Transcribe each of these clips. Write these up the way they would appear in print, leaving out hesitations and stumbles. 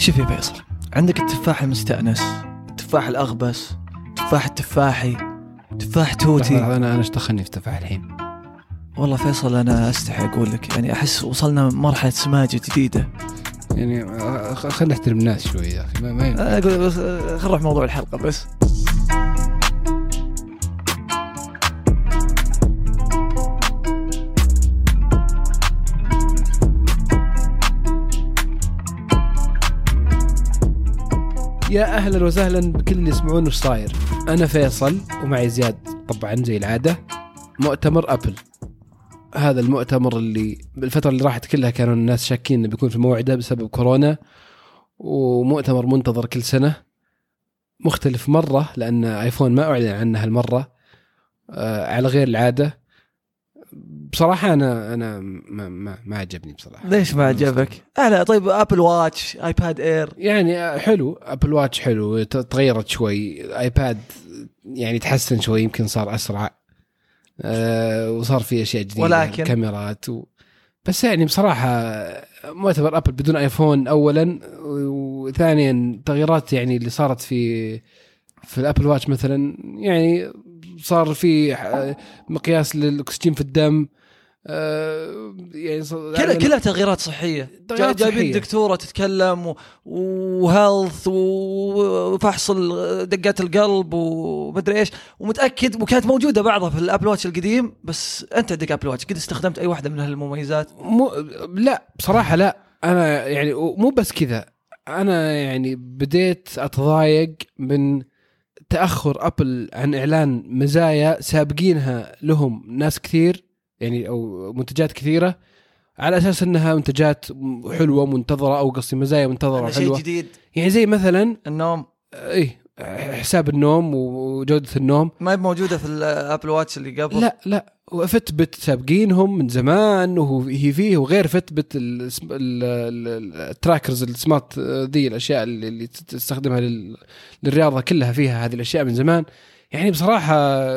شوف يا فيصل، عندك التفاح المستأنس، التفاح الأغبس، تفاح التفاحي، تفاح توتي. أنا اشتخني في تفاح الحين. والله فيصل أنا أستحي أقول لك، يعني أحس وصلنا مرحلة سماجة جديدة. يعني خلنا نحترم الناس شوي يا أخي. ما أقول بس خلنا نروح موضوع الحلقة بس. يا أهلا وسهلا بكل اللي يسمعون وش صاير. أنا فيصل ومعي زياد طبعا زي العادة. مؤتمر أبل، هذا المؤتمر اللي بالفترة اللي راحت كلها كانوا الناس شاكين إنه بيكون في موعده بسبب كورونا، ومؤتمر منتظر كل سنة، مختلف مرة لأن آيفون ما أعلن عنه هالمرة على غير العادة. بصراحة أنا ما عجبني بصراحة. ليش ما عجبك؟ أهلا. طيب أبل واتش، آيباد إير يعني حلو، أبل واتش حلو، تغيرت شوي. آيباد يعني تحسن شوي، يمكن صار أسرع، وصار فيه أشياء جديدة، ولكن كاميرات بس يعني بصراحة مؤتمر أبل بدون آيفون أولا، وثانيا التغييرات يعني اللي صارت في الأبل واتش مثلا، يعني صار في مقياس للأكسجين في الدم، يعني كلها تغييرات صحية. جايبين دكتورة تتكلم وهيلث وفحص دقات القلب ومدري إيش، ومتأكد، وكانت موجودة بعضها في الأبل واتش القديم. بس أنت عندك أبل واتش، قد استخدمت أي واحدة من هالمميزات؟ لا بصراحة لا. أنا يعني مو بس كذا، أنا يعني بديت أتضايق من تأخر أبل عن إعلان مزايا سابقينها لهم ناس كثير، يعني أو منتجات كثيرة، على أساس أنها منتجات حلوة منتظرة، أو قصدي مزايا منتظرة حلوة، شيء جديد. يعني زي مثلا النوم، إيه، حساب النوم وجودة النوم ما هي موجودة في الأبل واتش اللي قبل. لا وفتبت سابقينهم من زمان، وهي فيه، وغير فتبت التراكرز السمارت، ذي الأشياء اللي تستخدمها للرياضة كلها فيها هذه الأشياء من زمان. يعني بصراحة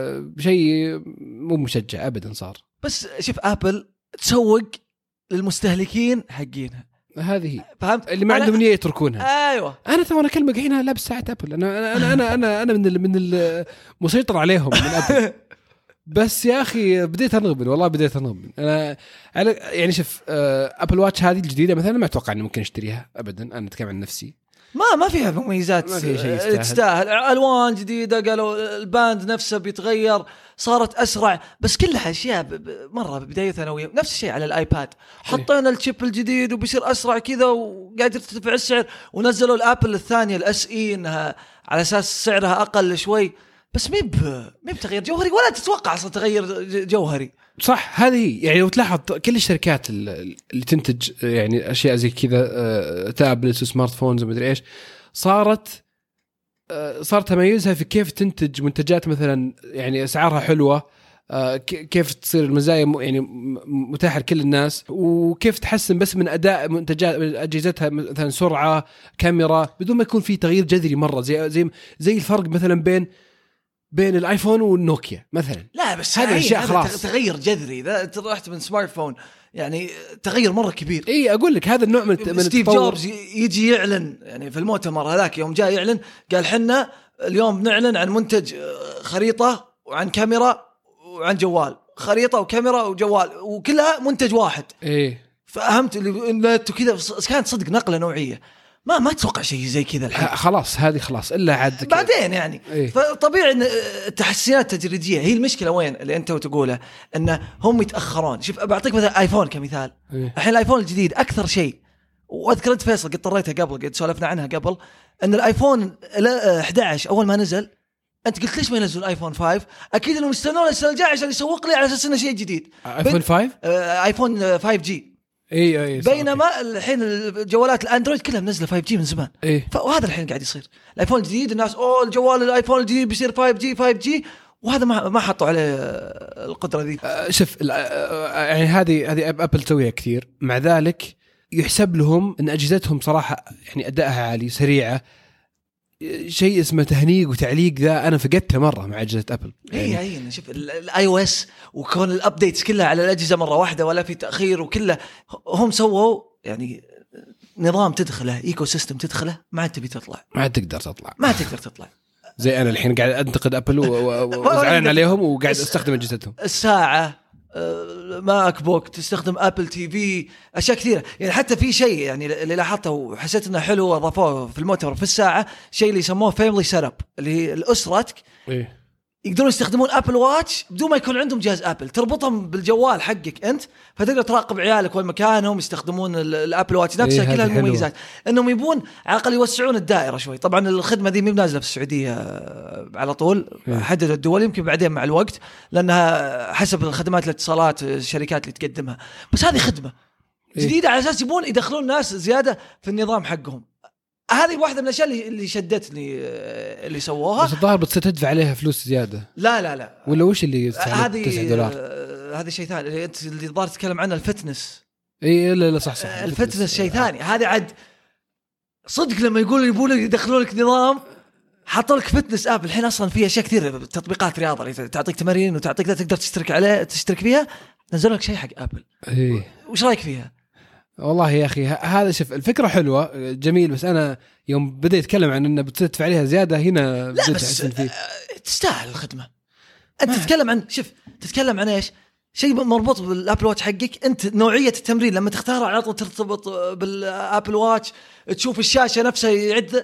شيء مو مشجع أبدا صار. بس شوف، أبل تسوق للمستهلكين حقينها، هذه فهمت؟ اللي ما عندهم نية يتركونها. أيوة. أنا ترى أكلمك هنا لابس ساعة أبل. أنا من المسيطر عليهم من أبل. بس يا أخي بديت أنغبن، والله بديت أنغبن. أنا يعني شوف، أبل واتش هذه الجديدة مثلا ما أتوقع أني ممكن أشتريها أبدا. أنا أتكلم عن نفسي، ما فيها مميزات، ما فيها شيء تستاهل. ألوان جديدة، قالوا الباند نفسه بيتغير، صارت أسرع، بس كلها أشياء مرة بداية ثانوية. نفس الشيء على الآيباد، حطينا الشيب الجديد وبيصير أسرع كذا وقاعد يرتفع السعر، ونزلوا الآبل الثانية الأس إي إنها على أساس سعرها أقل شوي، بس مي بتغيير جوهري، ولا تتوقع أصلا تغير جوهري. صح. هذه يعني لو تلاحظ كل الشركات اللي تنتج يعني أشياء زي كذا، تابلتس وسمارت فونز ومدري إيش، صار تميزها في كيف تنتج منتجات مثلا يعني أسعارها حلوة، كيف تصير المزايا يعني متاحة لكل الناس، وكيف تحسن بس من أداء منتجات أجهزتها، مثلا سرعة، كاميرا، بدون ما يكون في تغيير جذري مرة، زي الفرق مثلا بين الايفون والنوكيا مثلا. لا بس هذه الاشياء خلاص تغير جذري. اذا رحت من سمارت فون يعني تغير مره كبير. اي اقول لك هذا النوع من ستيف جوبز يجي يعلن، يعني في المؤتمر هذاك يوم جاء يعلن، قال حنا اليوم نعلن عن منتج خريطه وعن كاميرا وعن جوال، خريطه وكاميرا وجوال، وكلها منتج واحد. ايه فهمت اللي كذا، كانت صدق نقله نوعيه. ما تتوقع شيء زي كذا الحين. خلاص هذه خلاص إلا عاد بعدين يعني. إيه؟ فطبيعي ان التحسينات التدريجيه هي المشكله. وين اللي انت وتقوله ان هم يتاخرون. شوف بعطيك مثلا ايفون كمثال. إيه؟ الحين الايفون الجديد اكثر شيء، واذكر انت فيصل قد طريتها قبل، قد سولفنا عنها قبل، ان الايفون 11 اول ما نزل انت قلت ليش ما ينزلون ايفون 5؟ اكيد انهم يستنون السنه الجايه عشان يسوق لي على اساس انه شيء جديد. ايفون 5 ايفون 5G. اي بينما الحين الجوالات الاندرويد كلها منزله 5G من زمان. وهذا الحين قاعد يصير. الايفون الجديد الناس الجوال الايفون الجديد بيصير 5G، وهذا ما حطوا عليه القدره ذي. شوف يعني هذه ابل تسويها كثير، مع ذلك يحسب لهم ان اجهزتهم صراحه يعني ادائها عالي، سريعه. شيء اسمه تهنيق وتعليق ذا انا فقدته مره مع اجهزه ابل. يعني هي شوف الاي او اس وكون الابديتس كلها على الاجهزه مره واحده، ولا في تاخير، وكله هم سووا يعني نظام تدخله ايكو سيستم تدخله ما عاد تبي تطلع، ما عاد تقدر تطلع زي انا الحين قاعد انتقد ابل وزعلان عليهم وقاعد استخدم اجهزتهم. الساعه ماك بوك تستخدم ابل تي في، اشياء كثيره يعني. حتى في شيء يعني اللي لاحظته وحسيت انه حلو اضافوه في المؤتمر في الساعه، شيء اللي يسموه فاميلي سيت اب، اللي هي الاسرتك يقدرون يستخدمون ابل واتش بدون ما يكون عندهم جهاز ابل، تربطهم بالجوال حقك انت، فتقدر تراقب عيالك وين مكانهم، يستخدمون الابل واتش نفسها. كلها المميزات انهم يبون على الاقل يوسعون الدائره شوي. طبعا الخدمه دي مو نازله في السعوديه على طول، حددوا الدول يمكن بعدين مع الوقت، لانها حسب الخدمات الاتصالات الشركات اللي تقدمها. بس هذه خدمه جديده على اساس يبون يدخلون ناس زياده في النظام حقهم. هذه واحدة من الأشياء اللي شدتني اللي سووها. بس الظاهر بتدفع عليها فلوس زيادة. لا ولا وش اللي هذه $9؟ هذا شيء ثاني اللي ضار تتكلم عنه، الفتنس. اي لا صح الفتنس شيء ثاني. هذا عاد صدق لما يبون يدخلون لك نظام، حطوا لك فتنس اب. الحين اصلا فيها اشياء كثير، تطبيقات رياضه اللي تعطيك تمارين وتعطيك تقدر تشترك فيها. نزلوا لك شيء حق ابل. وش رايك فيها؟ والله يا أخي هذا شوف الفكرة حلوة جميل، بس أنا يوم بدأ يتكلم عن إنه بتدفع عليها زيادة هنا لا بس تستاهل الخدمة. أنت تتكلم عن تتكلم عن إيش؟ شيء مربوط بالأبل واتش حقك. أنت نوعية التمرين لما تختارها على طول ترتبط بالأبل واتش، تشوف الشاشة نفسها يعد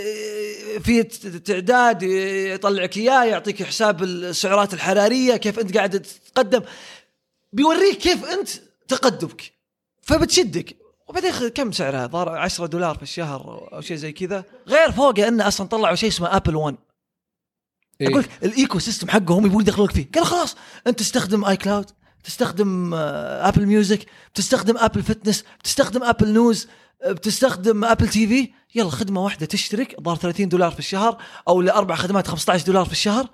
في تعداد، يطلعك إياه، يعطيك حساب السعرات الحرارية، كيف أنت قاعد تتقدم، بيوريك كيف أنت تقدمك، فبتشدك. وبعدين كم سعرها؟ ضار $10 في الشهر أو شيء زي كذا. غير فوقه إنه أصلا طلعوا شيء اسمه أبل ون. أقولك الإيكو سيستم حقهم يبون يدخلوك فيه. قال خلاص أنت تستخدم آي كلاود، تستخدم أبل ميوزك، تستخدم أبل فتنس، تستخدم أبل نيوز، بتستخدم أبل تي في، يلا خدمة واحدة تشترك ضار $30 في الشهر، أو ل4 خدمات $15 في الشهر،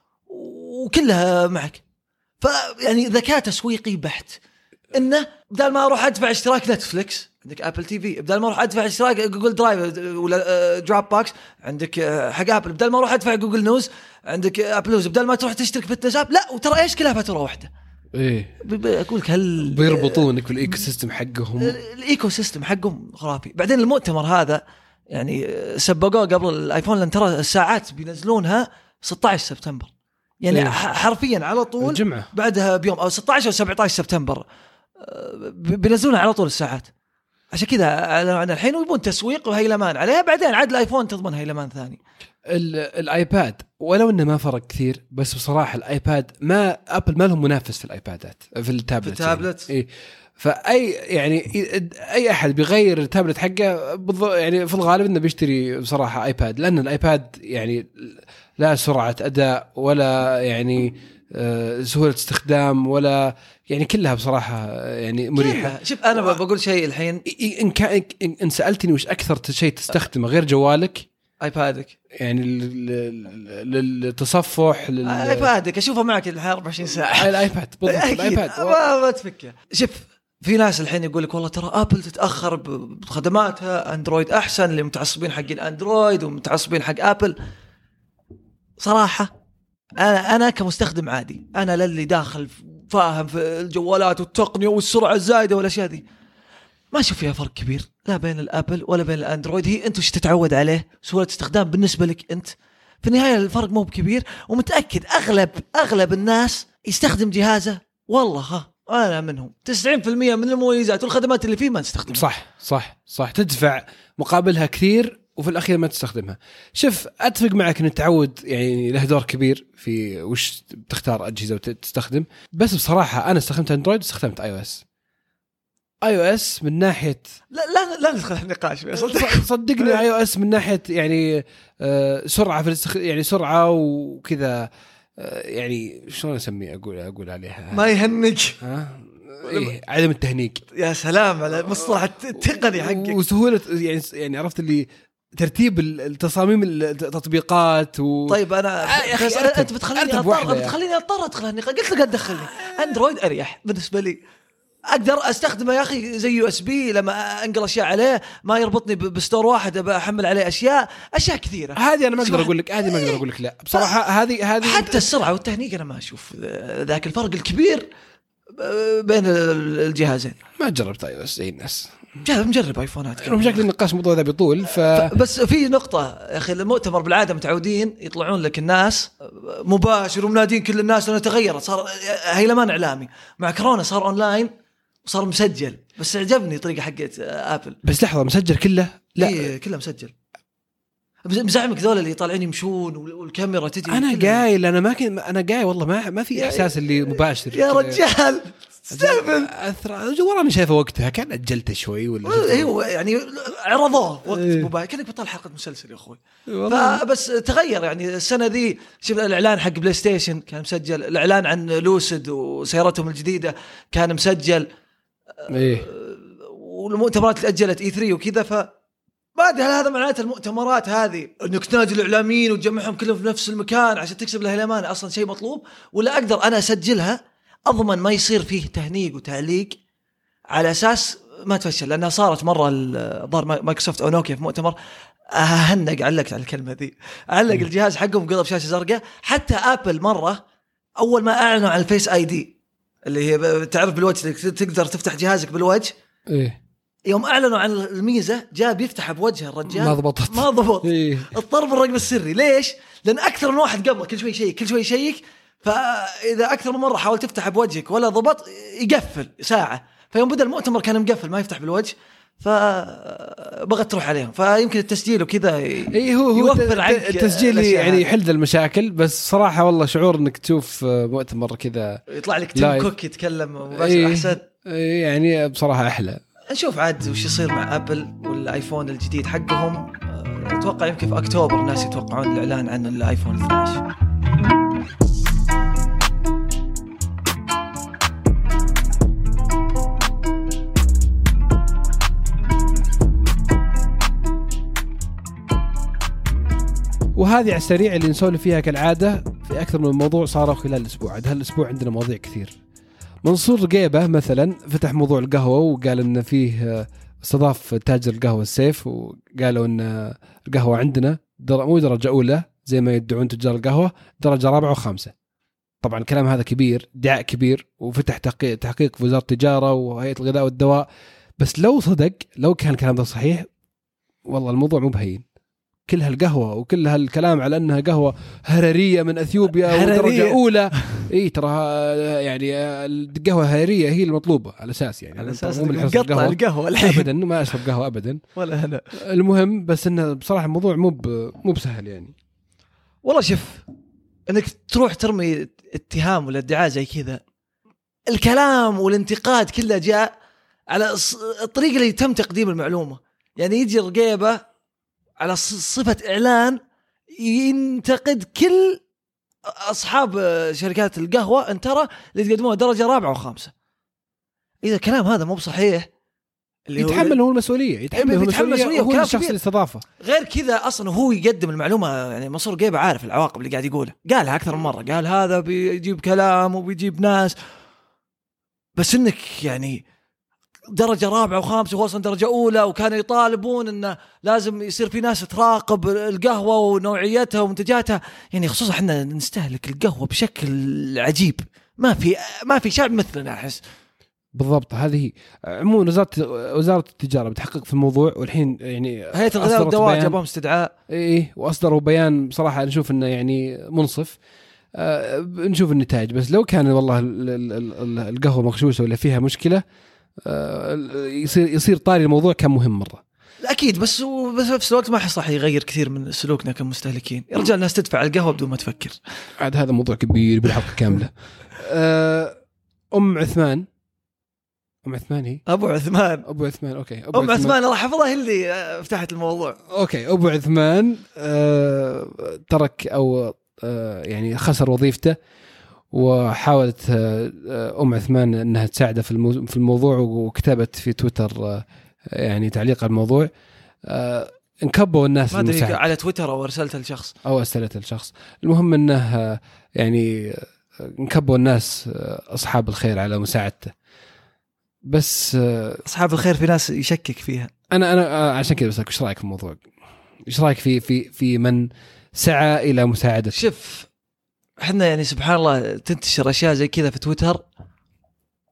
وكلها معك. فيعني ذكاء تسويقي بحت. إنه بدل ما أروح أدفع اشتراك نتفليكس عندك أبل تي في، بدل ما أروح أدفع اشتراك جوجل درايف ولا دروب بوكس عندك حق أبل، بدل ما أروح أدفع جوجل نيوز عندك أبل نيوز، بدل ما تروح تشترك في التساب، لا وترى إيش كلها فاتورة واحدة. أقولك هل بيربطونك بالإيكو سيستم حقهم؟ الإيكو سيستم حقهم خرافي. بعدين المؤتمر هذا يعني سبقوه قبل الآيفون، لأن ترى الساعات بينزلونها 16 سبتمبر، يعني حرفيا على طول الجمعة بعدها بيوم، أو 16 أو 17 سبتمبر بينزلونها على طول الساعات. عشان كذا أعلنوا عنها الحين ويبون تسويق وهيلمان عليها. بعدين عاد الآيفون تضمن هيلمان ثاني. الآيباد ولو إنه ما فرق كثير، بس بصراحة الآيباد ما أبل ما لهم منافس في الآيبادات في التابلت يعني. إيه، فأي يعني أي أحد بيغير التابلت حقه يعني في الغالب إنه بيشتري بصراحة آيباد، لأن الآيباد يعني لا سرعة أداء ولا يعني سهولة استخدام ولا يعني كلها بصراحة يعني مريحة. شوف أنا بقول شيء الحين، إن سألتني وش أكثر شيء تستخدمه غير جوالك، آيبادك يعني للتصفح آيبادك أشوفه معك 24 ساعة. الآيباد بالضبط، الآيباد ما تفكه. شوف في ناس الحين يقول لك والله ترى أبل تتأخر بخدماتها، أندرويد أحسن، اللي متعصبين حق الأندرويد ومتعصبين حق أبل. صراحة أنا كمستخدم عادي، أنا للي داخل فاهم في الجوالات والتقنية والسرعة الزايدة والأشياء دي، ما أشوف فيها فرق كبير لا بين الأبل ولا بين الأندرويد. هي أنت وش تتعود عليه، سهولة استخدام بالنسبة لك أنت. في النهاية الفرق مو بكبير، ومتأكد أغلب الناس يستخدم جهازه والله أنا منهم 90% من المميزات والخدمات اللي فيه ما تستخدمها. صح تدفع مقابلها كثير وفي الأخير ما تستخدمها. شوف أتفق معك أن التعود يعني له دور كبير في وش تختار أجهزة وتستخدم، بس بصراحة أنا استخدمت أندرويد واستخدمت iOS من ناحية لا ندخل النقاش صدقني iOS من ناحية يعني سرعة في يعني سرعة وكذا، يعني شلون أسميه أقول عليها ما يهنج إيه عدم التهنيج. يا سلام على مصطلح التقني حقك وسهولة يعني عرفت اللي ترتيب التصاميم التطبيقات طيب أنا أنت بتخليني أضطر أدخل النقاش. قلت لك أدخلني أندرويد أريح بالنسبة لي، أقدر أستخدمه يا أخي زي USB لما أنقل أشياء عليه، ما يربطني بستور واحد بحمل عليه أشياء كثيرة. هذه أنا ما أقدر أقول لك لا بصراحة هذه حتى السرعة والتهنيج أنا ما أشوف ذاك الفرق الكبير بين الجهازين. ما جربت اي اس زي الناس، مجرب ايفونات. مشاكل النقاش الموضوع ذا بيطول. بس في نقطه يا اخي، المؤتمر بالعاده متعودين يطلعون لك الناس مباشر ومنادين كل الناس، لانه تغيرت، صار هيلمان اعلامي. مع كورونا صار اونلاين وصار مسجل. بس عجبني طريقه حقت ابل. بس لحظه، مسجل كله؟ لا إيه كله مسجل. مزعمك ذول اللي طالعين يمشون والكاميرا تجي. انا قايل انا قايل والله ما في احساس اللي مباشر يا رجال استهبل. وراني شايفه وقتها كان اجلته شوي ولا ايوه يعني عرضوه وقت مباشر كأنك بطل حلقه مسلسل يا اخوي. فبس تغير يعني السنه ذي. شوف الاعلان حق بلاي ستيشن كان مسجل، الاعلان عن لوسيد وسيارتهم الجديده كان مسجل. ايه والمؤتمرات اللي اجلت E3 وكذا. ف ما ادري هل هذا معناته المؤتمرات هذه انك تنادي الاعلاميين وتجمعهم كلهم في نفس المكان عشان تكسب الهيلمان اصلا شيء مطلوب، ولا اقدر انا اسجلها اضمن ما يصير فيه تهنيق وتعليق على اساس ما تفشل؟ لانها صارت مره ظهر مايكروسوفت او نوكيا في مؤتمر علقت على الكلمه ذي، علق الجهاز حقهم قلب شاشه زرقاء. حتى ابل مره اول ما اعلنوا عن الفيس اي دي اللي هي تعرف بالوجه تقدر تفتح جهازك بالوجه، ايه يوم اعلنوا عن الميزه جاء بيفتح بوجه الرجال ما ضبط. إيه. اضطر بالرقم السري. ليش؟ لان اكثر من واحد قبله كل شوي يشيك، فاذا اكثر من مره حاول تفتح بوجهك ولا ضبط يقفل ساعه. فيوم بدا المؤتمر كان مقفل ما يفتح بالوجه، فبغت تروح عليهم. فيمكن التسجيل وكذا هو يوفر عنك التسجيل يعني يحل المشاكل. بس صراحه والله شعور انك تشوف مؤتمر كذا يطلع لك تيم كوك يتكلم مباشر احسن. يعني بصراحه احلى. نشوف عاد وش يصير مع أبل والآيفون الجديد حقهم. أتوقع يمكن في أكتوبر الناس يتوقعون الإعلان عن الآيفون 12. وهذه على السريع اللي نسولف فيها كالعادة في أكثر من موضوع صاروا خلال الأسبوع. هالأسبوع عندنا مواضيع كثير. منصور قيبة مثلا فتح موضوع القهوة وقال إن فيه استضاف تاجر القهوة السيف، وقالوا إن القهوة عندنا مو درجة أولى زي ما يدعون تجار القهوة، درجة 4 و5. طبعا الكلام هذا كبير، ادعاء كبير، وفتح تحقيق في وزارة التجارة وهيئة الغذاء والدواء. بس لو صدق، لو كان الكلام ده صحيح، والله الموضوع مو بهين. كل هالقهوة وكل هالكلام على أنها قهوة هررية من أثيوبيا ودرجة أولى، إيه ترى يعني القهوة هررية هي المطلوبة على أساس يعني على أساس نقطع القهوة أبدا، ما أشرب قهوة أبدا ولا أنا. المهم بس إنه بصراحة الموضوع مو بسهل يعني. والله شوف، إنك تروح ترمي اتهام ولا ادعاء زي كذا، الكلام والانتقاد كله جاء على الطريقة اللي تم تقديم المعلومة. يعني يجي رقيبة على صفة إعلان ينتقد كل أصحاب شركات القهوة أن ترى اللي تقدموها درجة 4 و5. إذا الكلام هذا مو بصحيح، اللي يتحمل هو المسؤولية، يتحمل المسؤولية وهو الشخص اللي استضافه. غير كذا أصلا هو يقدم المعلومة. يعني منصور قيبة عارف العواقب اللي قاعد يقولها، قالها أكثر من مرة، قال هذا بيجيب كلام وبيجيب ناس. بس إنك يعني درجة 4 و5 وهو أصلا درجة أولى، وكانوا يطالبون إنه لازم يصير في ناس تراقب القهوة ونوعيتها ومنتجاتها. يعني خصوصا إحنا نستهلك القهوة بشكل عجيب، ما في شعب مثلنا أحس. بالضبط. هذه عموما وزارة التجارة بتحقق في الموضوع، والحين يعني هيئة الغذاء والدواء جابهم استدعاء، إيه، وأصدروا بيان بصراحة نشوف إنه يعني منصف. نشوف النتائج. بس لو كان والله القهوة مغشوشة ولا فيها مشكلة، يصير طاري الموضوع كان مهم مرة. أكيد. بس في نفس الوقت ما حصح يغير كثير من سلوكنا كمستهلكين. يا رجال الناس تدفع القهوة بدون ما تفكر. عاد هذا موضوع كبير بالحلقة كاملة. أم عثمان هي أبو عثمان. أوكي. أم عثمان راح أحفظها هي اللي فتحت الموضوع. أوكي. أبو عثمان ترك أو يعني خسر وظيفته، وحاولت أم عثمان أنها تساعده في الموضوع، وكتبت في تويتر يعني تعليق على الموضوع. انكبوا الناس المساعدة على تويتر أو أرسلت الشخص. المهم أنه يعني انكبوا الناس أصحاب الخير على مساعدته. بس أصحاب الخير في ناس يشكك فيها. أنا عشان كذا بسألك، إيش رأيك في الموضوع؟ إيش رأيك في من سعى إلى مساعدة؟ شوف، احنا يعني سبحان الله تنتشر اشياء زي كذا في تويتر،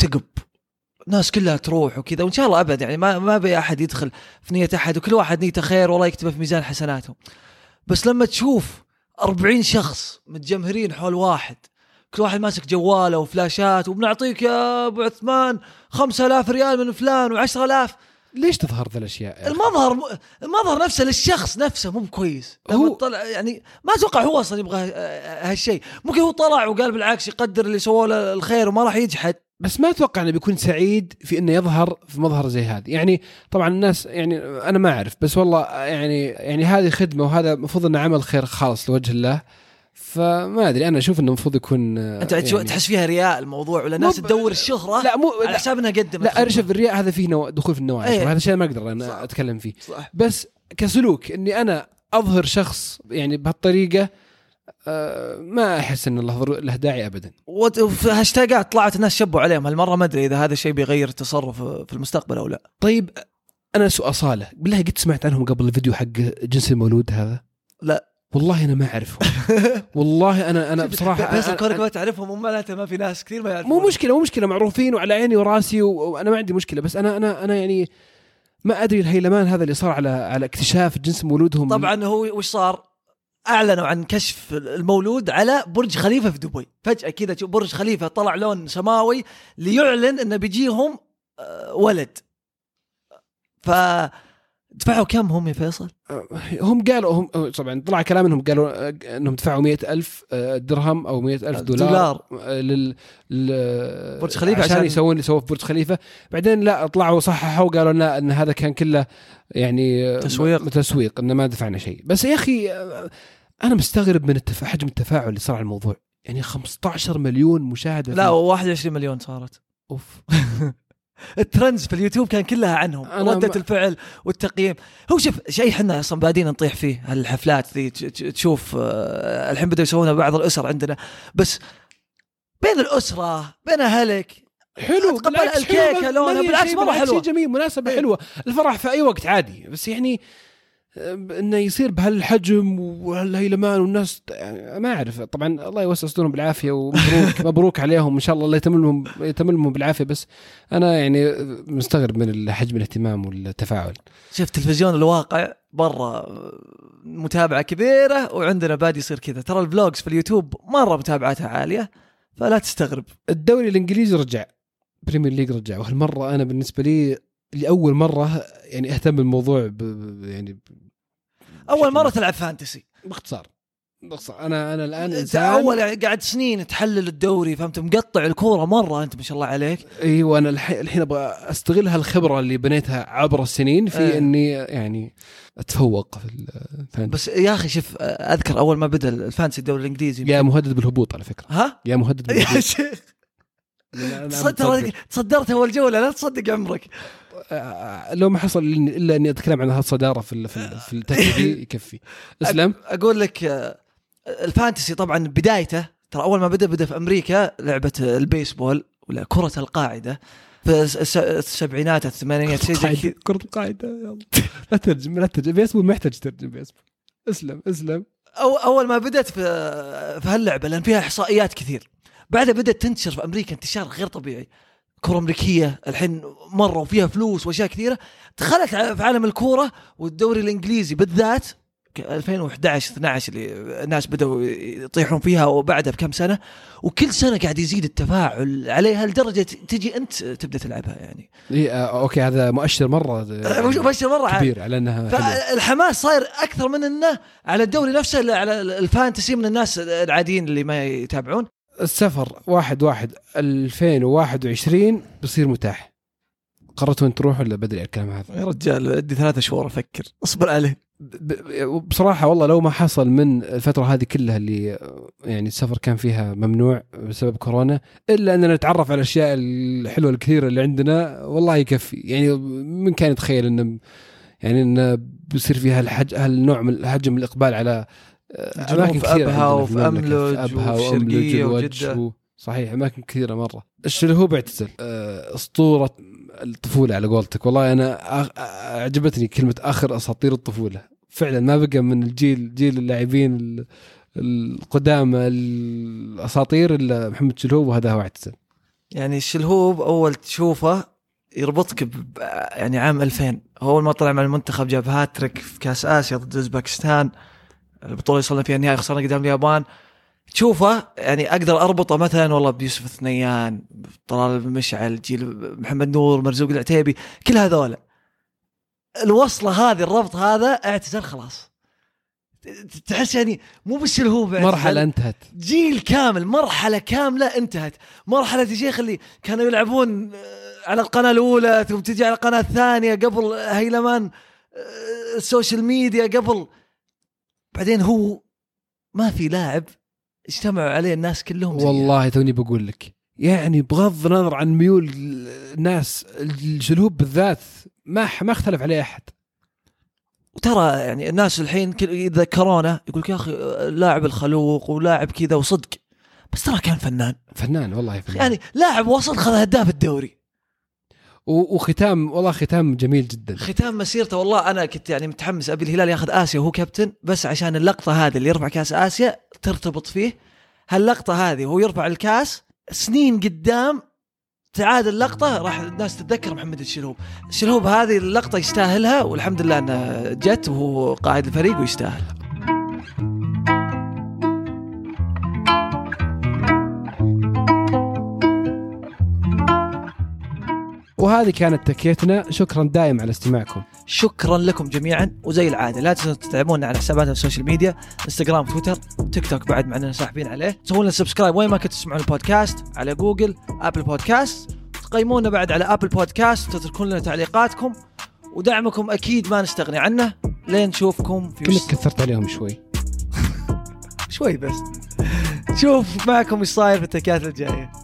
ثقب، ناس كلها تروح وكذا، وإن شاء الله أبد يعني ما بي أحد يدخل في نية أحد، وكل واحد نيته خير والله يكتبه في ميزان حسناتهم. بس لما تشوف 40 شخص متجمهرين حول واحد، كل واحد ماسك جواله وفلاشات، وبنعطيك يا أبو عثمان 5000 ريال من فلان و10,000، ليش تظهر ذا الأشياء؟ المظهر نفسه للشخص نفسه مو كويس. هو طلع يعني ما أتوقع هو أصلا يبغى هالشيء، ممكن هو طلع وقال بالعكس يقدر اللي سووا له الخير وما راح يجحد، بس ما أتوقع أنه بيكون سعيد في أنه يظهر في مظهر زي هذا. يعني طبعا الناس يعني أنا ما أعرف، بس والله يعني هذه خدمة، وهذا مفروض أنه عمل خير خالص لوجه الله، فما أدري، أنا أشوف أنه المفروض يكون أنت يعني تحس فيها رياء الموضوع، ولا ناس تدور الشهرة لا مو على حساب أنها قدمت. لا أرشف الرياء هذا فيه دخول في النوايا، أيه. وهذا شيء ما أقدر أنا أتكلم فيه صح. بس كسلوك إني أنا أظهر شخص يعني بهالطريقة ما أحس إن له داعي أبدا. وفي هاشتاجات طلعت الناس شبوا عليهم هالمرة، ما أدري إذا هذا الشيء بيغير التصرف في المستقبل أو لا. طيب أنا سؤال صالح بالله، قد سمعت عنهم قبل الفيديو حق جنس المولود هذا؟ لا والله أنا ما أعرفهم. والله أنا بصراحة بس كونك ما تعرفهم ومعناته ما في ناس كثير ما يعرفون. مو مشكلة معروفين وعلى عيني وراسي وأنا ما عندي مشكلة، بس أنا يعني ما أدري الهيلمان هذا اللي صار على اكتشاف جنس مولودهم. طبعا هو وش صار؟ أعلنوا عن كشف المولود على برج خليفة في دبي فجأة كذا، برج خليفة طلع لون سماوي ليعلن إنه بيجيهم ولد. دفعوا كم هم يا فيصل؟ هم قالوا هم طبعا طلع كلام انهم قالوا انهم دفعوا 100,000 درهم او 100,000 دولار برج خليفة عشان يسووا في برج خليفة. بعدين لا طلعوا صححوا وقالوا لنا ان هذا كان كله يعني تسويق ان ما دفعنا شيء. بس يا اخي انا مستغرب من حجم التفاعل اللي صار على الموضوع، يعني 15 مليون مشاهدة. لا 21 مليون صارت. اوف. الترندز في اليوتيوب كان كلها عنهم، ردة الفعل والتقييم. هو شوف شيء حنا اصلا بادين نطيح فيه هالحفلات ذي، تشوف الحين بدأوا يسوونها بعض الأسر عندنا، بس بين الأسرة بين أهلك حلو، تقبل الكيكة لونها بالعكس مرة حلوة، شيء جميل، مناسبة حلوة، الفرح في أي وقت عادي، بس يعني انه يصير بهالحجم وهالهيلمان والناس ما اعرف. طبعا الله يوسع صدورهم بالعافيه ومبروك مبروك عليهم ان شاء الله، الله يتملهم بالعافيه. بس انا يعني مستغرب من حجم الاهتمام والتفاعل. شوف تلفزيون الواقع برا متابعه كبيره، وعندنا بادي يصير كذا. ترى الفلوجز في اليوتيوب مره متابعتها عاليه، فلا تستغرب. الدوري الانجليزي رجع، بريمير ليج رجع، وهالمره انا بالنسبه لي لأول مرة يعني اهتم بالموضوع يعني أول مرة تلعب فانتسي باختصار. أنا الآن إنسان أول يعني قاعد سنين تحلل الدوري، فهمت، مقطع الكورة مرة أنت ما شاء الله عليك. أيوة أنا الحين أبغى أستغل هالخبرة اللي بنيتها عبر السنين في إني يعني أتفوق في الفانتسي. بس يا أخي شوف، أذكر أول ما بدأ الفانتسي الدوري الإنجليزي يا مهدد بالهبوط على فكرة. ها؟ يا مهدد بالهبوط. يا شيخ تصدرت أول جولة، لا تصدق عمرك. لو ما حصل إلا أني أتكلم عن هالصدارة في التكتيك يكفي. أسلم أقول لك الفانتسي طبعا بدايته ترى أول ما بدأ في أمريكا لعبة البيسبول ولا كرة القاعدة في السبعينات الثمانينات كرة القاعدة. لا ترجم بيسبول، ما يحتاج ترجم بيسبول. اسلم. أول ما بدأت في هاللعبة لأن فيها إحصائيات كثير، بعدها بدأت تنتشر في أمريكا انتشار غير طبيعي. كرة أمريكية الحين مرة وفيها فلوس وأشياء كثيرة دخلت في عالم الكورة، والدوري الإنجليزي بالذات 2011-12 اللي الناس بدأوا يطيحون فيها، وبعدها بكم سنة وكل سنة قاعد يزيد التفاعل عليها لدرجة تجي أنت تبدأ تلعبها يعني. أوكي هذا مؤشر مرة كبير على أنها فالحماس صاير أكثر من أنه على الدوري نفسه، على الفانتسي من الناس العاديين اللي ما يتابعون. السفر 1/1/2021 بصير متاح. قررتوا أن تروحوا ولا بدري الكلام هذا؟ يا رجال ادي 3 شهور أفكر، أصبر عليه. بصراحة والله لو ما حصل من الفترة هذه كلها اللي يعني السفر كان فيها ممنوع بسبب كورونا، إلا أننا نتعرف على الأشياء الحلوة الكثيرة اللي عندنا، والله يكفي. يعني من كان يتخيل إنه يعني إنه بيصير فيها هالنوع من الحجم الإقبال على أماكن كثيرة، أبها وفي أملج وشرقية وجدة. صحيح أماكن كثيرة مرة. الشلهوب اعتزل، أسطورة الطفولة على قولتك. والله أنا أعجبتني كلمة آخر أساطير الطفولة، فعلا ما بقى من جيل اللاعبين القدامى الأساطير إلا محمد شلهوب، وهذا هو اعتزل. يعني الشلهوب أول تشوفه يربطك يعني عام 2000 هو ما طلع مع المنتخب، جاب هاتريك في كأس آسيا ضد أوزبكستان، البطولة وصلنا فيها النهائي خسرنا قدام اليابان. تشوفه يعني أقدر أربطه مثلا والله بيوسف الثنيان، طلال المشعل، جيل محمد نور، مرزوق العتيبي، كل هذول الوصلة هذه، الربط هذا اعتزل خلاص. تحس يعني مو بس اللي هو مرحلة انتهت، جيل كامل، مرحلة كاملة انتهت. مرحلة الشيخ اللي كانوا يلعبون على القناة الأولى ثم تجي على القناة الثانية قبل هيلمان السوشيال ميديا قبل، بعدين هو ما في لاعب اجتمعوا عليه الناس كلهم زيه. والله توني بقول لك يعني بغض النظر عن ميول الناس، الشلهوب بالذات ما اختلف عليه أحد. وترى يعني الناس الحين إذا كورونا يقولك يا أخي لاعب الخلوق ولاعب كذا وصدق، بس ترى كان فنان والله فنان. يعني لاعب وصل خذ هداف الدوري وختام والله ختام جميل جدا، ختام مسيرته. والله أنا كنت يعني متحمس أبي الهلال ياخذ آسيا وهو كابتن، بس عشان اللقطة هذه اللي يرفع كاس آسيا ترتبط فيه هاللقطة هذه، وهو يرفع الكاس سنين قدام تعاد اللقطة راح الناس تتذكر محمد الشلهوب هذه اللقطة يستاهلها، والحمد لله أنه جت وهو قائد الفريق ويستاهل. وهذه كانت تكيتنا. شكرا دائم على استماعكم. شكرا لكم جميعا، وزي العادة لا تنسوا تتابعونا على حساباتنا في السوشيال ميديا، انستغرام، تويتر، تيك توك، بعد معنا ساحبين عليه. تسوون لنا سبسكرايب وين ما كنتوا تسمعون البودكاست، على جوجل، ابل بودكاست، تقيمونا بعد على ابل بودكاست، وتتركون لنا تعليقاتكم، ودعمكم اكيد ما نستغني عنه. لين نشوفكم في كنت كثرت عليهم شوي بس. شوف معكم ايش صاير في التكات الجايه.